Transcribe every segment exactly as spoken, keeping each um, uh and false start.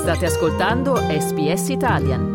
State ascoltando S B S Italian.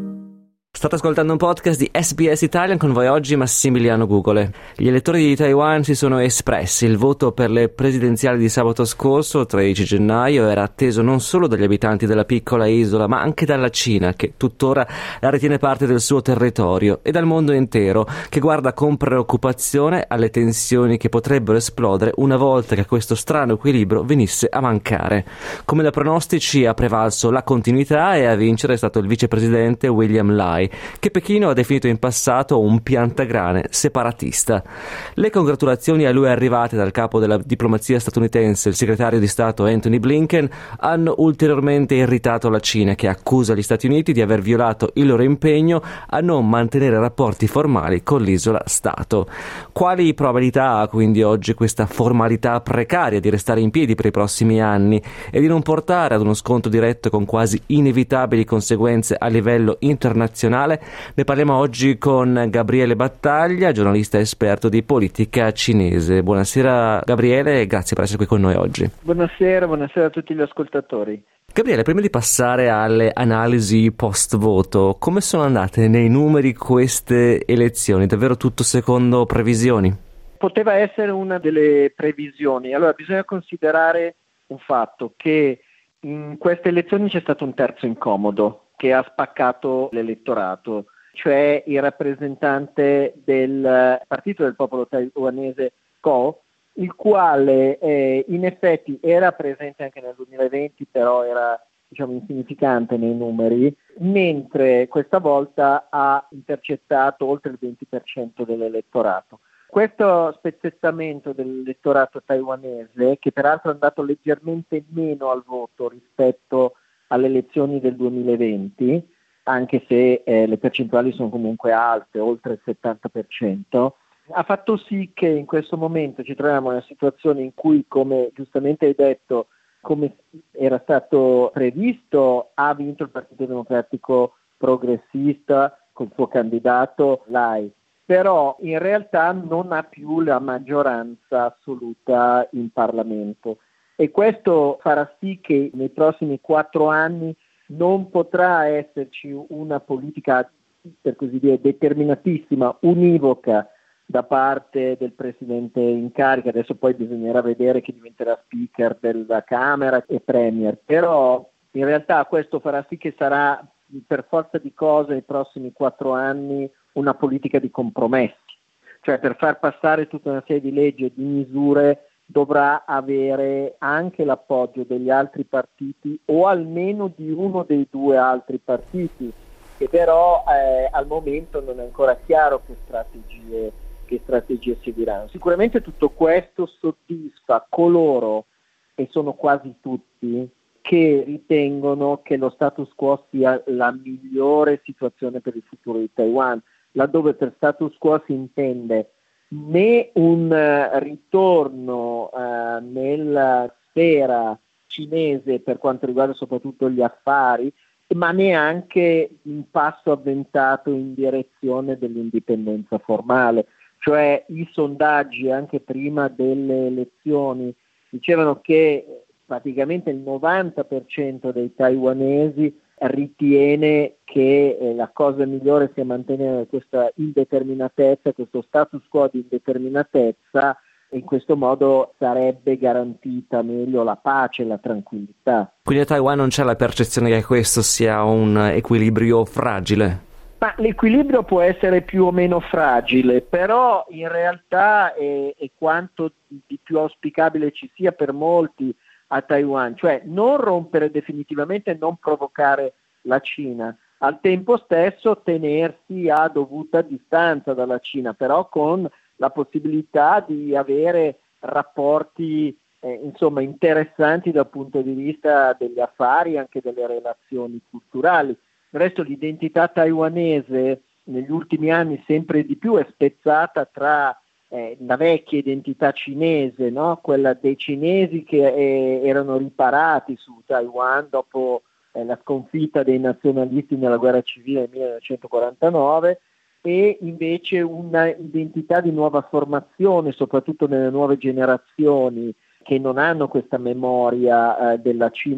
State ascoltando un podcast di S B S Italian, con voi oggi Massimiliano Gugole. Gli elettori di Taiwan si sono espressi. Il voto per le presidenziali di sabato scorso, tredici gennaio, era atteso non solo dagli abitanti della piccola isola, ma anche dalla Cina, che tuttora la ritiene parte del suo territorio, e dal mondo intero, che guarda con preoccupazione alle tensioni che potrebbero esplodere una volta che questo strano equilibrio venisse a mancare. Come da pronostici ha prevalso la continuità, e a vincere è stato il vicepresidente William Lai, che Pechino ha definito in passato un piantagrane separatista. Le congratulazioni a lui arrivate dal capo della diplomazia statunitense, il segretario di Stato Antony Blinken, hanno ulteriormente irritato la Cina, che accusa gli Stati Uniti di aver violato il loro impegno a non mantenere rapporti formali con l'isola Stato. Quali probabilità ha quindi oggi questa formalità precaria di restare in piedi per i prossimi anni e di non portare ad uno scontro diretto con quasi inevitabili conseguenze a livello internazionale? Ne parliamo oggi con Gabriele Battaglia, giornalista esperto di politica cinese. Buonasera Gabriele e grazie per essere qui con noi oggi. Buonasera, buonasera a tutti gli ascoltatori. Gabriele, prima di passare alle analisi post-voto, come sono andate nei numeri queste elezioni? Davvero tutto secondo previsioni? Poteva essere una delle previsioni. Allora, bisogna considerare un fatto, che in queste elezioni c'è stato un terzo incomodo che ha spaccato l'elettorato, cioè il rappresentante del Partito del Popolo Taiwanese Ko, il quale eh, in effetti era presente anche nel duemilaventi, però era diciamo insignificante nei numeri, mentre questa volta ha intercettato oltre il venti per cento dell'elettorato. Questo spezzettamento dell'elettorato taiwanese, che peraltro è andato leggermente meno al voto rispetto alle elezioni del duemilaventi, anche se eh, le percentuali sono comunque alte, oltre il settanta per cento, ha fatto sì che in questo momento ci troviamo in una situazione in cui, come giustamente hai detto, come era stato previsto, ha vinto il Partito Democratico Progressista col suo candidato Lai, però in realtà non ha più la maggioranza assoluta in Parlamento. E questo farà sì che nei prossimi quattro anni non potrà esserci una politica, per così dire, determinatissima, univoca da parte del Presidente in carica. Adesso poi bisognerà vedere chi diventerà Speaker della Camera e Premier, però in realtà questo farà sì che sarà per forza di cose nei prossimi quattro anni una politica di compromessi, cioè per far passare tutta una serie di leggi e di misure dovrà avere anche l'appoggio degli altri partiti o almeno di uno dei due altri partiti, che però eh, al momento non è ancora chiaro che strategie, che strategie seguiranno. Sicuramente tutto questo soddisfa coloro, e sono quasi tutti, che ritengono che lo status quo sia la migliore situazione per il futuro di Taiwan, laddove per status quo si intende né un uh, ritorno uh, nella sfera cinese per quanto riguarda soprattutto gli affari, ma neanche un passo avventato in direzione dell'indipendenza formale. Cioè i sondaggi anche prima delle elezioni dicevano che praticamente il novanta per cento dei taiwanesi ritiene che eh, la cosa migliore sia mantenere questa indeterminatezza, questo status quo di indeterminatezza, e in questo modo sarebbe garantita meglio la pace e la tranquillità. Quindi a Taiwan non c'è la percezione che questo sia un equilibrio fragile? Ma l'equilibrio può essere più o meno fragile, però in realtà è, è quanto di più auspicabile ci sia per molti a Taiwan, cioè non rompere definitivamente, non provocare la Cina, al tempo stesso tenersi a dovuta distanza dalla Cina, però con la possibilità di avere rapporti eh, insomma interessanti dal punto di vista degli affari e anche delle relazioni culturali. Del resto l'identità taiwanese negli ultimi anni sempre di più è spezzata tra Eh, la vecchia identità cinese, no? Quella dei cinesi che eh, erano riparati su Taiwan dopo eh, la sconfitta dei nazionalisti nella guerra civile nel millenovecentoquarantanove, e invece una identità di nuova formazione, soprattutto nelle nuove generazioni che non hanno questa memoria eh, della Cina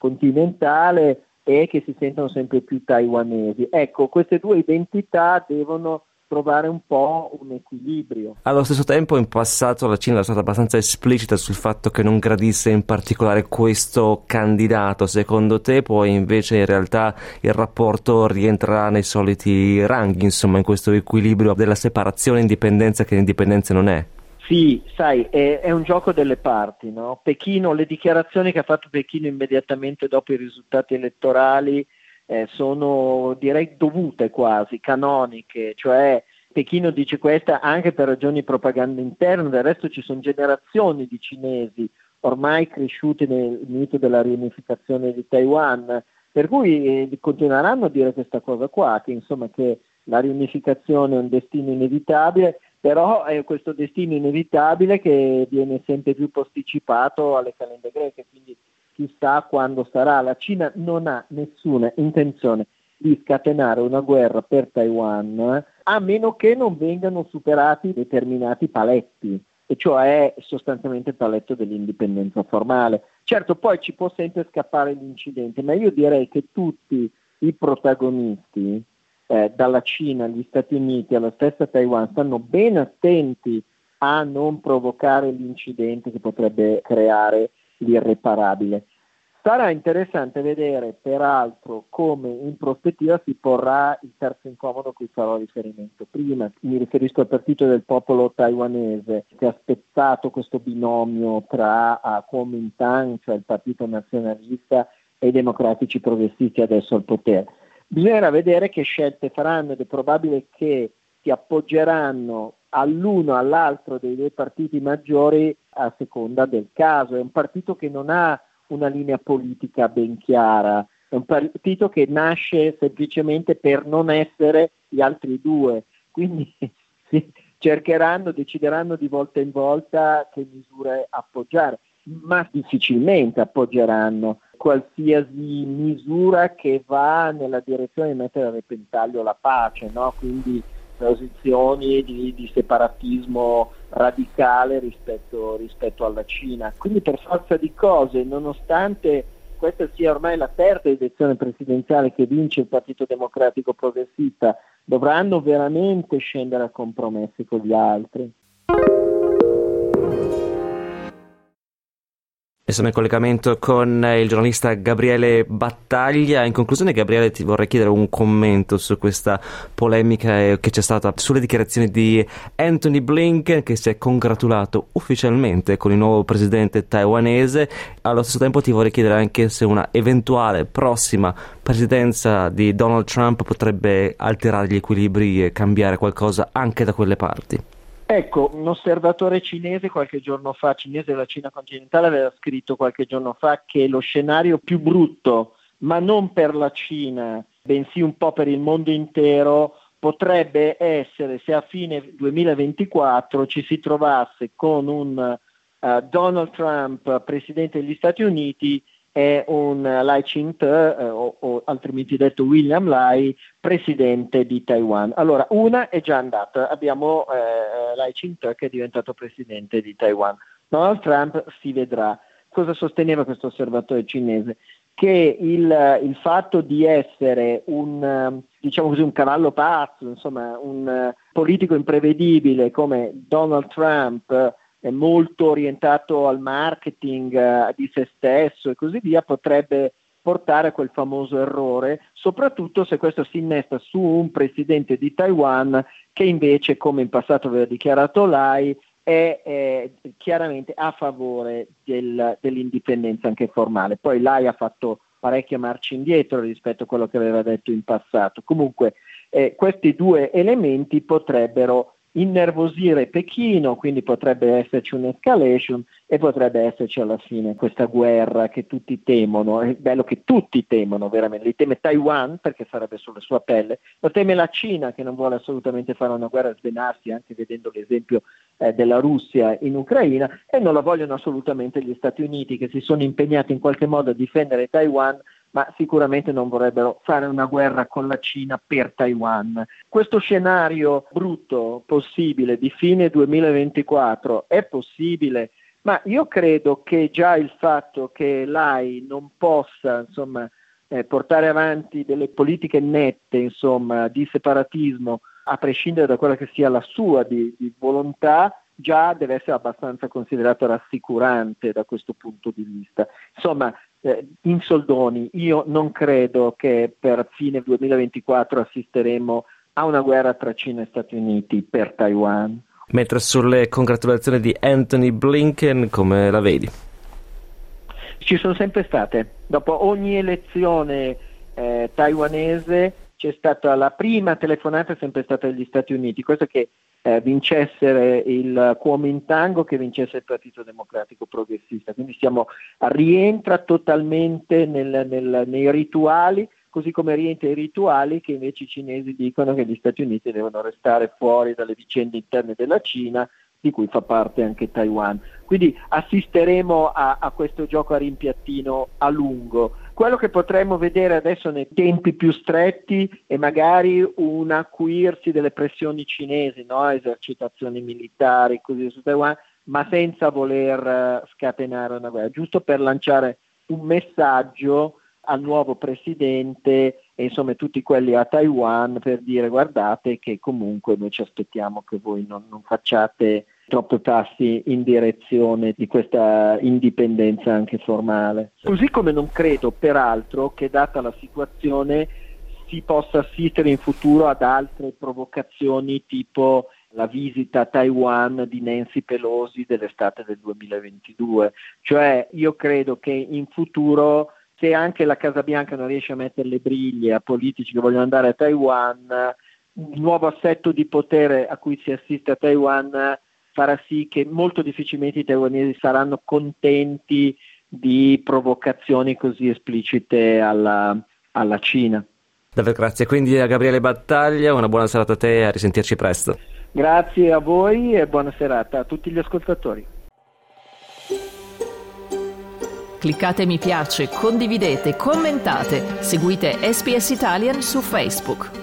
continentale e che si sentono sempre più taiwanesi. Ecco, queste due identità devono trovare un po' un equilibrio. Allo stesso tempo, in passato la Cina è stata abbastanza esplicita sul fatto che non gradisse in particolare questo candidato. Secondo te poi invece in realtà il rapporto rientrerà nei soliti ranghi, insomma, in questo equilibrio della separazione indipendenza che indipendenza non è? Sì, sai, è, è un gioco delle parti, no? Pechino, le dichiarazioni che ha fatto Pechino immediatamente dopo i risultati elettorali eh, sono, direi, dovute quasi, canoniche, cioè Pechino dice questa anche per ragioni di propaganda interna, del resto ci sono generazioni di cinesi ormai cresciuti nel mito della riunificazione di Taiwan, per cui eh, continueranno a dire questa cosa qua, che insomma che la riunificazione è un destino inevitabile, però è questo destino inevitabile che viene sempre più posticipato alle calende greche, quindi chissà quando sarà. La Cina non ha nessuna intenzione di scatenare una guerra per Taiwan, eh, a meno che non vengano superati determinati paletti, e cioè sostanzialmente il paletto dell'indipendenza formale. Certo, poi ci può sempre scappare l'incidente, ma io direi che tutti i protagonisti, Eh, dalla Cina agli Stati Uniti alla stessa Taiwan, stanno ben attenti a non provocare l'incidente che potrebbe creare l'irreparabile. Sarà interessante vedere peraltro come in prospettiva si porrà il terzo incomodo a cui farò riferimento prima. Mi riferisco al partito del popolo taiwanese che ha spezzato questo binomio tra uh, Kuomintang, cioè il partito nazionalista, e i democratici progressisti adesso al potere. Bisognerà vedere che scelte faranno ed è probabile che si appoggeranno all'uno o all'altro dei due partiti maggiori a seconda del caso. È un partito che non ha una linea politica ben chiara, è un partito che nasce semplicemente per non essere gli altri due, quindi sì, cercheranno, decideranno di volta in volta che misure appoggiare, ma difficilmente appoggeranno qualsiasi misura che va nella direzione di mettere a repentaglio la pace, no? Quindi posizioni di, di separatismo radicale rispetto, rispetto alla Cina. Quindi per forza di cose, nonostante questa sia ormai la terza elezione presidenziale che vince il Partito Democratico Progressista, dovranno veramente scendere a compromessi con gli altri. E sono in collegamento con il giornalista Gabriele Battaglia. In conclusione, Gabriele, ti vorrei chiedere un commento su questa polemica che c'è stata sulle dichiarazioni di Antony Blinken, che si è congratulato ufficialmente con il nuovo presidente taiwanese. Allo stesso tempo ti vorrei chiedere anche se una eventuale prossima presidenza di Donald Trump potrebbe alterare gli equilibri e cambiare qualcosa anche da quelle parti. Ecco, un osservatore cinese qualche giorno fa, cinese della Cina continentale, aveva scritto qualche giorno fa che lo scenario più brutto, ma non per la Cina, bensì un po' per il mondo intero, potrebbe essere se a fine duemilaventiquattro ci si trovasse con un uh, Donald Trump, presidente degli Stati Uniti, e un Lai Ching-te, eh, o, o altrimenti detto William Lai, presidente di Taiwan. Allora, una è già andata, abbiamo eh, Lai Ching-te che è diventato presidente di Taiwan. Donald Trump si vedrà. Cosa sosteneva questo osservatore cinese? Che il, il fatto di essere un, diciamo così, un cavallo pazzo, insomma, un uh, politico imprevedibile come Donald Trump, è molto orientato al marketing uh, di se stesso e così via, potrebbe portare a quel famoso errore, soprattutto se questo si innesta su un presidente di Taiwan che invece, come in passato aveva dichiarato Lai, è, è chiaramente a favore del, dell'indipendenza anche formale. Poi Lai ha fatto parecchie marce indietro rispetto a quello che aveva detto in passato. Comunque eh, questi due elementi potrebbero innervosire Pechino, quindi potrebbe esserci un'escalation e potrebbe esserci alla fine questa guerra che tutti temono. È bello che tutti temono, veramente. Li teme Taiwan perché sarebbe sulla sua pelle, lo teme la Cina che non vuole assolutamente fare una guerra e svenarsi, anche vedendo l'esempio eh, della Russia in Ucraina, e non la vogliono assolutamente gli Stati Uniti, che si sono impegnati in qualche modo a difendere Taiwan, ma sicuramente non vorrebbero fare una guerra con la Cina per Taiwan. Questo scenario brutto possibile di fine duemilaventiquattro è possibile Ma io credo che già il fatto che l'A I non possa, insomma, eh, portare avanti delle politiche nette, insomma, di separatismo, a prescindere da quella che sia la sua di, di volontà, già deve essere abbastanza considerato rassicurante da questo punto di vista. Insomma, eh, in soldoni, io non credo che per fine duemilaventiquattro assisteremo a una guerra tra Cina e Stati Uniti per Taiwan. Mentre sulle congratulazioni di Anthony Blinken, come la vedi? Ci sono sempre state. Dopo ogni elezione eh, taiwanese c'è stata la prima telefonata, è sempre stata degli Stati Uniti. Questo che eh, vincesse il Kuomintang o che vincesse il Partito Democratico Progressista. Quindi siamo, rientra totalmente nel, nel, nei rituali, così come rientra i rituali che invece i cinesi dicono che gli Stati Uniti devono restare fuori dalle vicende interne della Cina, di cui fa parte anche Taiwan. Quindi assisteremo a, a questo gioco a rimpiattino a lungo. Quello che potremmo vedere adesso nei tempi più stretti è magari un acuirsi delle pressioni cinesi, no? Esercitazioni militari così su Taiwan, ma senza voler scatenare una guerra, giusto per lanciare un messaggio al nuovo presidente e insomma tutti quelli a Taiwan per dire guardate che comunque noi ci aspettiamo che voi non, non facciate troppi passi in direzione di questa indipendenza anche formale. Così come non credo peraltro che data la situazione si possa assistere in futuro ad altre provocazioni tipo la visita a Taiwan di Nancy Pelosi dell'estate del duemilaventidue, cioè io credo che in futuro se anche la Casa Bianca non riesce a mettere le briglie a politici che vogliono andare a Taiwan, il nuovo assetto di potere a cui si assiste a Taiwan farà sì che molto difficilmente i taiwanesi saranno contenti di provocazioni così esplicite alla, alla Cina. Davvero grazie, quindi a Gabriele Battaglia, una buona serata a te e a risentirci presto. Grazie a voi e buona serata a tutti gli ascoltatori. Cliccate mi piace, condividete, commentate, seguite S B S Italian su Facebook.